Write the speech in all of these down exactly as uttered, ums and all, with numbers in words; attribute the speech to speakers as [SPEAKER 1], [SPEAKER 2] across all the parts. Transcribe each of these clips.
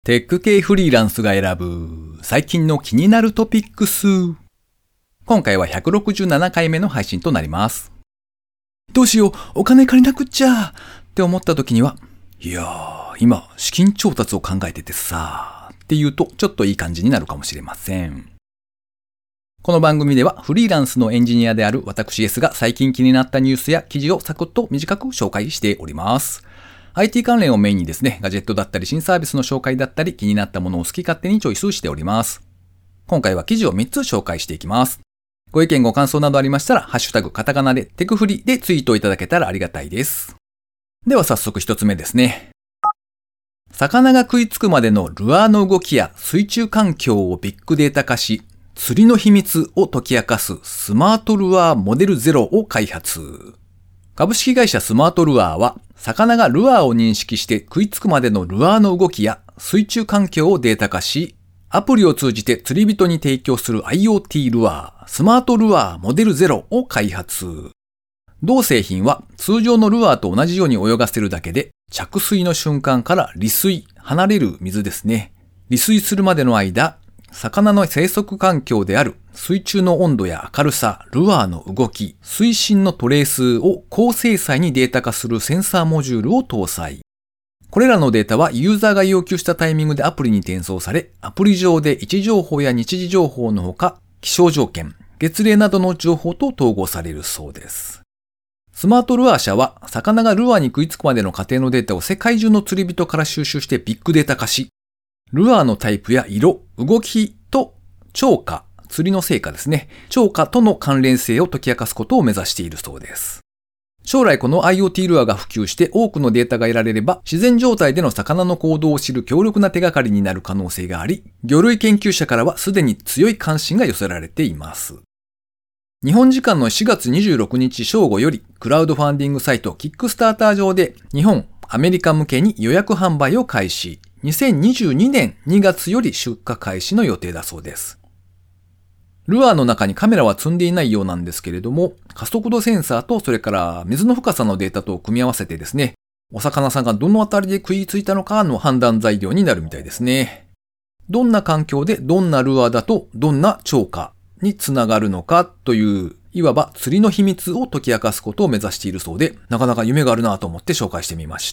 [SPEAKER 1] テック系フリーランスが選ぶ最近の気になるトピックス。今回はひゃくろくじゅうななかいめの配信となります。どうしよう、お金借りなくっちゃって思った時には、いやー、今資金調達を考えててさって言うとちょっといい感じになるかもしれません。この番組ではフリーランスのエンジニアである私 S が最近気になったニュースや記事をサクッと短く紹介しております。アイティー 関連をメインにですね、ガジェットだったり新サービスの紹介だったり気になったものを好き勝手にチョイスしております。今回は記事をみっつ紹介していきます。ご意見ご感想などありましたら、ハッシュタグカタカナでテクフリでツイートいただけたらありがたいです。では早速一つ目ですね。魚が食いつくまでのルアーの動きや水中環境をビッグデータ化し、釣りの秘密を解き明かすスマートルアーモデルゼロを開発。株式会社スマートルアーは、魚がルアーを認識して食いつくまでのルアーの動きや水中環境をデータ化し、アプリを通じて釣り人に提供する IoT ルアー、スマートルアーモデルゼロを開発。同製品は通常のルアーと同じように泳がせるだけで、着水の瞬間から離水、離れる水ですね。離水するまでの間、魚の生息環境である水中の温度や明るさ、ルアーの動き、水深のトレースを高精細にデータ化するセンサーモジュールを搭載。これらのデータはユーザーが要求したタイミングでアプリに転送され、アプリ上で位置情報や日時情報のほか、気象条件、月齢などの情報と統合されるそうです。スマートルアー社は、魚がルアーに食いつくまでの過程のデータを世界中の釣り人から収集してビッグデータ化し、ルアーのタイプや色、動きと釣果、釣りの成果ですね。釣果との関連性を解き明かすことを目指しているそうです。将来この IoT ルアーが普及して多くのデータが得られれば、自然状態での魚の行動を知る強力な手がかりになる可能性があり、魚類研究者からはすでに強い関心が寄せられています。日本時間のしがつにじゅうろくにち正午より、クラウドファンディングサイトキックスターター上で日本、アメリカ向けに予約販売を開始。にせんにじゅうにねんにがつより出荷開始の予定だそうです。ルアーの中にカメラは積んでいないようなんですけれども、加速度センサーとそれから水の深さのデータと組み合わせてですね、お魚さんがどのあたりで食いついたのかの判断材料になるみたいですね。どんな環境でどんなルアーだとどんな釣果につながるのかという、いわば釣りの秘密を解き明かすことを目指しているそうで、なかなか夢があるなと思って紹介してみました。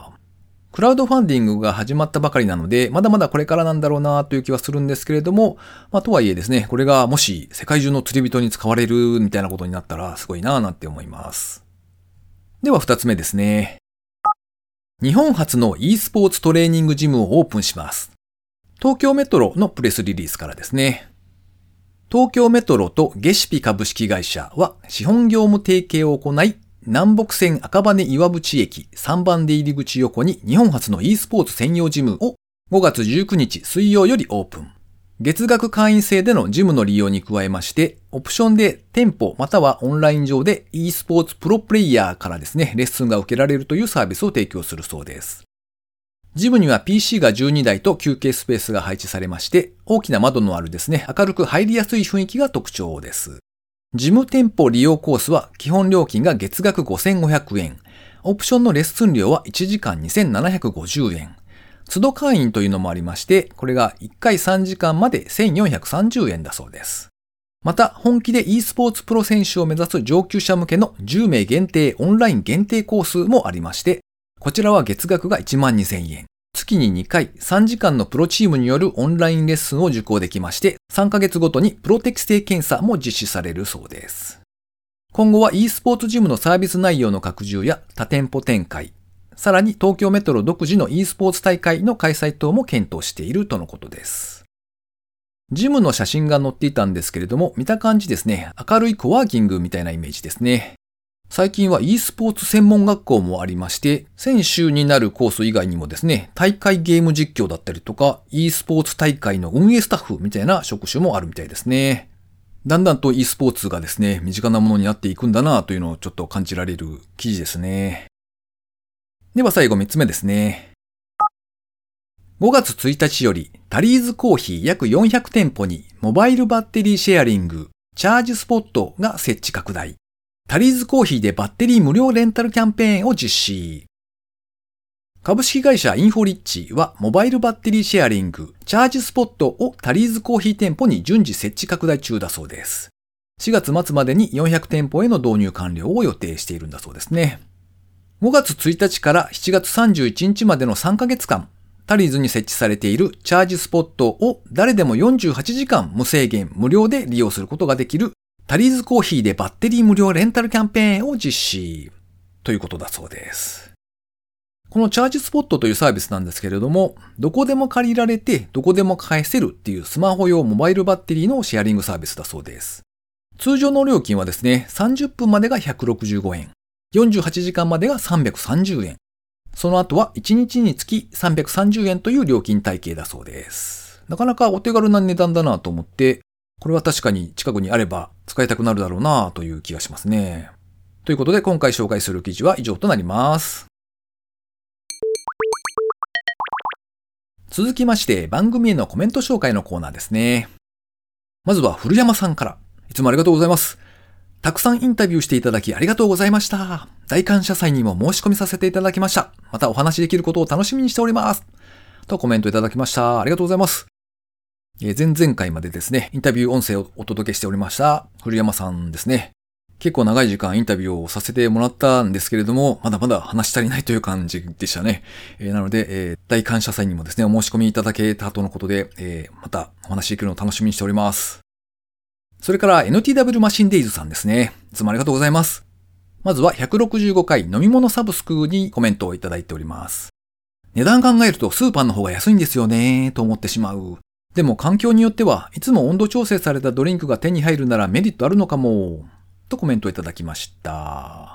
[SPEAKER 1] クラウドファンディングが始まったばかりなので、まだまだこれからなんだろうなという気はするんですけれども、まあとはいえですね、これがもし世界中の釣り人に使われるみたいなことになったらすごいなぁなんて思います。では二つ目ですね。日本初の e スポーツトレーニングジムをオープンします。東京メトロのプレスリリースからですね。東京メトロとゲシピ株式会社は資本業務提携を行い、南北線赤羽岩淵駅さんばん出入り口横に日本初の e スポーツ専用ジムをごがつじゅうくにち水曜よりオープン。月額会員制でのジムの利用に加えまして、オプションで店舗またはオンライン上で e スポーツプロプレイヤーからですね、レッスンが受けられるというサービスを提供するそうです。ジムには ピーシー がじゅうにだいと休憩スペースが配置されまして、大きな窓のあるですね、明るく入りやすい雰囲気が特徴です。ジム店舗利用コースは基本料金が月額ごせんごひゃくえん。オプションのレッスン料はいちじかんにせんななひゃくごじゅうえん。都度会員というのもありまして、これがいっかいさんじかんまでせんよんひゃくさんじゅうえんだそうです。また、本気で e スポーツプロ選手を目指す上級者向けのじゅうめい限定オンライン限定コースもありまして、こちらは月額がいちまんにせんえん。月ににかいさんじかんのプロチームによるオンラインレッスンを受講できまして、さんかげつごとにプロ適正検査も実施されるそうです。今後は e スポーツジムのサービス内容の拡充や多店舗展開、さらに東京メトロ独自の e スポーツ大会の開催等も検討しているとのことです。ジムの写真が載っていたんですけれども、見た感じですね、明るいコワーキングみたいなイメージですね。最近は e スポーツ専門学校もありまして、選手になるコース以外にもですね、大会ゲーム実況だったりとか、e スポーツ大会の運営スタッフみたいな職種もあるみたいですね。だんだんと e スポーツがですね、身近なものになっていくんだなというのをちょっと感じられる記事ですね。では最後みっつめですね。ごがつついたちより、タリーズコーヒー約よんひゃくてんぽにモバイルバッテリーシェアリング、チャージスポットが設置拡大。タリーズコーヒーでバッテリー無料レンタルキャンペーンを実施。 株式会社インフォリッチはモバイルバッテリーシェアリング、チャージスポットをタリーズコーヒー店舗に順次設置拡大中だそうです。しがつ末までによんひゃく店舗への導入完了を予定しているんだそうですね。ごがつついたちからしちがつさんじゅういちにちまでのさんかげつかん、タリーズに設置されているチャージスポットを誰でもよんじゅうはちじかん無制限無料で利用することができるタリーズコーヒーでバッテリー無料レンタルキャンペーンを実施ということだそうです。このチャージスポットというサービスなんですけれども、どこでも借りられてどこでも返せるっていうスマホ用モバイルバッテリーのシェアリングサービスだそうです。通常の料金はですね、さんじゅっぷんまでがひゃくろくじゅうごえん、よんじゅうはちじかんまでがさんびゃくさんじゅうえん、その後はいちにちにつきさんびゃくさんじゅうえんという料金体系だそうです。なかなかお手軽な値段だなと思って、これは確かに近くにあれば使いたくなるだろうなという気がしますね。ということで今回紹介する記事は以上となります。続きまして番組へのコメント紹介のコーナーですね。まずは古山さんから。いつもありがとうございます。たくさんインタビューしていただきありがとうございました。大感謝祭にも申し込みさせていただきました。またお話しできることを楽しみにしております。とコメントいただきました。ありがとうございます。えー、前々回までですね、インタビュー音声をお届けしておりました古山さんですね。結構長い時間インタビューをさせてもらったんですけれども、まだまだ話し足りないという感じでしたね。えー、なので、えー、大感謝祭にもですね、お申し込みいただけたとのことで、えー、またお話しできるのを楽しみにしております。それから エヌティーダブリュー マシンデイズさんですね。いつもありがとうございます。まずはひゃくろくじゅうごかい飲み物サブスクにコメントをいただいております。値段考えるとスーパーの方が安いんですよねと思ってしまう。でも環境によってはいつも温度調整されたドリンクが手に入るならメリットあるのかも。とコメントいただきました。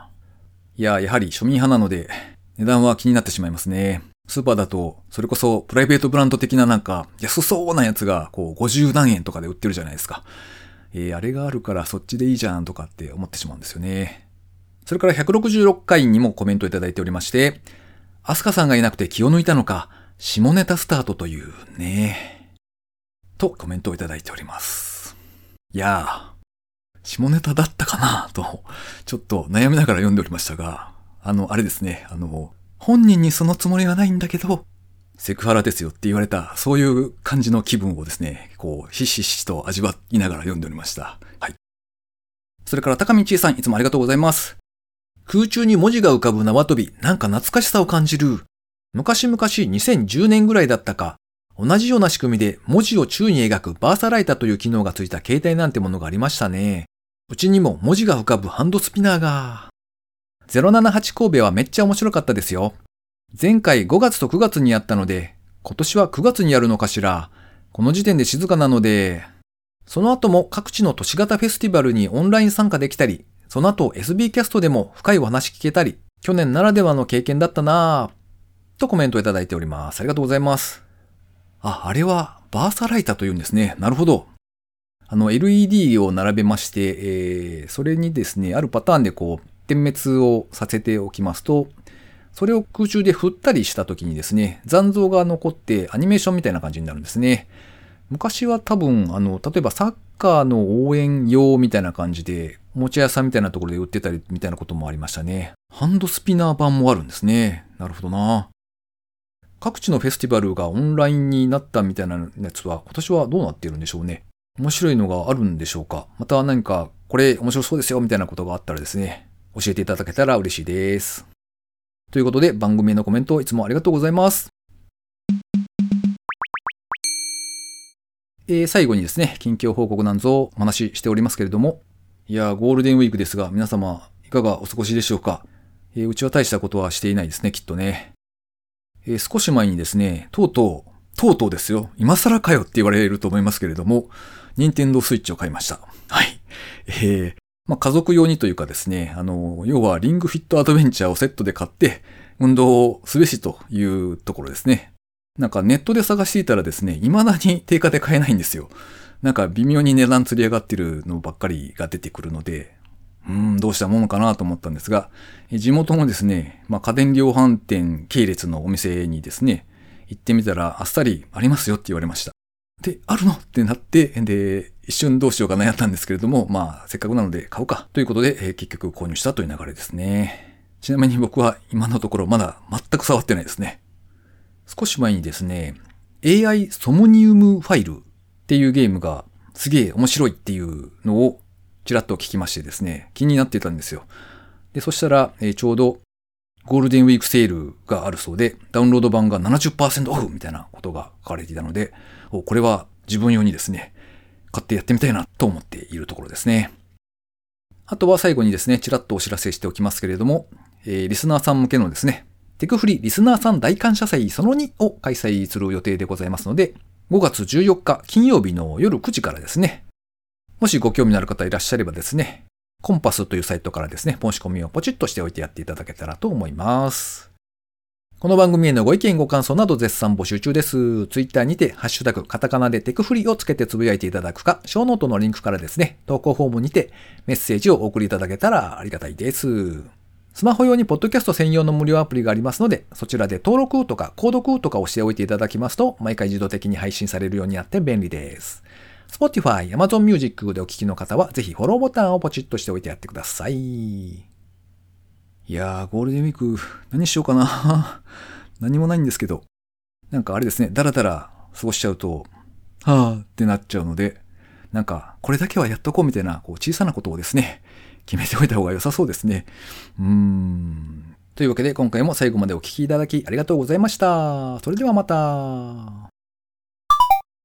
[SPEAKER 1] いや、やはり庶民派なので値段は気になってしまいますね。スーパーだとそれこそプライベートブランド的ななんか安そうなやつがこうごじゅうなんえんとかで売ってるじゃないですか。えー、あれがあるからそっちでいいじゃんとかって思ってしまうんですよね。それからひゃくろくじゅうろっかいにもコメントいただいておりまして、アスカさんがいなくて気を抜いたのか、下ネタスタートというね。とコメントをいただいております。いやー、下ネタだったかなと、ちょっと悩みながら読んでおりましたが、あの、あれですね、あの、本人にそのつもりはないんだけど、セクハラですよって言われた、そういう感じの気分をですね、こう、ひしひしと味わいながら読んでおりました。はい。それから高見千恵さん、いつもありがとうございます。空中に文字が浮かぶ縄跳び、なんか懐かしさを感じる。昔々にせんじゅうねんぐらいだったか、同じような仕組みで文字を宙に描くバーサライタという機能がついた携帯なんてものがありましたね。うちにも文字が浮かぶハンドスピナーが。ゼロななはち神戸はめっちゃ面白かったですよ。前回ごがつとくがつにやったので、今年はくがつにやるのかしら。この時点で静かなので、その後も各地の都市型フェスティバルにオンライン参加できたり、その後 エスビー キャストでも深いお話聞けたり、去年ならではの経験だったなぁ、とコメントいただいております。ありがとうございます。あ、あれはバーサライタというんですね。なるほど。あの エルイーディー を並べまして、えー、それにですね、あるパターンでこう、点滅をさせておきますと、それを空中で振ったりした時にですね、残像が残ってアニメーションみたいな感じになるんですね。昔は多分、あの、例えばサッカーの応援用みたいな感じで、おもちゃ屋さんみたいなところで売ってたりみたいなこともありましたね。ハンドスピナー版もあるんですね。なるほどな。各地のフェスティバルがオンラインになったみたいなやつは今年はどうなっているんでしょうね。面白いのがあるんでしょうか。また何かこれ面白そうですよみたいなことがあったらですね、教えていただけたら嬉しいです。ということで番組へのコメントいつもありがとうございます。えー、最後にですね、近況報告なんぞをお話ししておりますけれども、いやーゴールデンウィークですが皆様いかがお過ごしでしょうか。えー、うちは大したことはしていないですね、きっとね。えー、少し前にですね、とうとう、とうとうですよ、今更かよって言われると思いますけれども、任天堂スイッチを買いました。はい。えー、まあ、家族用にというかですね、あの、要はリングフィットアドベンチャーをセットで買って、運動をすべしというところですね。なんかネットで探していたらですね、未だに定価で買えないんですよ。なんか微妙に値段釣り上がってるのばっかりが出てくるので、うーん、どうしたものかなと思ったんですが、地元のですね、まあ、家電量販店系列のお店にですね、行ってみたらあっさりありますよって言われました。で、あるのってなって、で、一瞬どうしようか悩んだんですけれども、まあ、せっかくなので買うかということで、えー、結局購入したという流れですね。 ちなみに僕は今のところまだ全く触ってないですね。少し前にですね、エーアイ ソムニウムファイルっていうゲームがすげえ面白いっていうのをちらっと聞きましてですね、気になってたんですよ。で、そしたら、えー、ちょうどゴールデンウィークセールがあるそうで、ダウンロード版が ななじゅっパーセント オフみたいなことが書かれていたので、おこれは自分用にですね、買ってやってみたいなと思っているところですね。あとは最後にですね、ちらっとお知らせしておきますけれども、えー、リスナーさん向けのですね、テクフリリスナーさん大感謝祭そのにを開催する予定でございますので、ごがつじゅうよっか金曜日の夜くじからですね、もしご興味のある方いらっしゃればですね、コンパスというサイトからですね、申し込みをポチッとしておいてやっていただけたらと思います。この番組へのご意見ご感想など絶賛募集中です。ツイッターにて、ハッシュタグ、カタカナでテクフリをつけてつぶやいていただくか、ショーノートのリンクからですね、投稿フォームにてメッセージをお送りいただけたらありがたいです。スマホ用にポッドキャスト専用の無料アプリがありますので、そちらで登録とか購読とかをしておいていただきますと、毎回自動的に配信されるようになって便利です。Spotify、Amazon Music でお聞きの方は、ぜひフォローボタンをポチッとしておいてやってください。いやー、ゴールデンウィーク何しようかな。何もないんですけど、なんかあれですね、だらだら過ごしちゃうと、はーってなっちゃうので、なんかこれだけはやっとこうみたいなこう小さなことをですね、決めておいた方が良さそうですね。うーん。というわけで今回も最後までお聞きいただきありがとうございました。それではまた。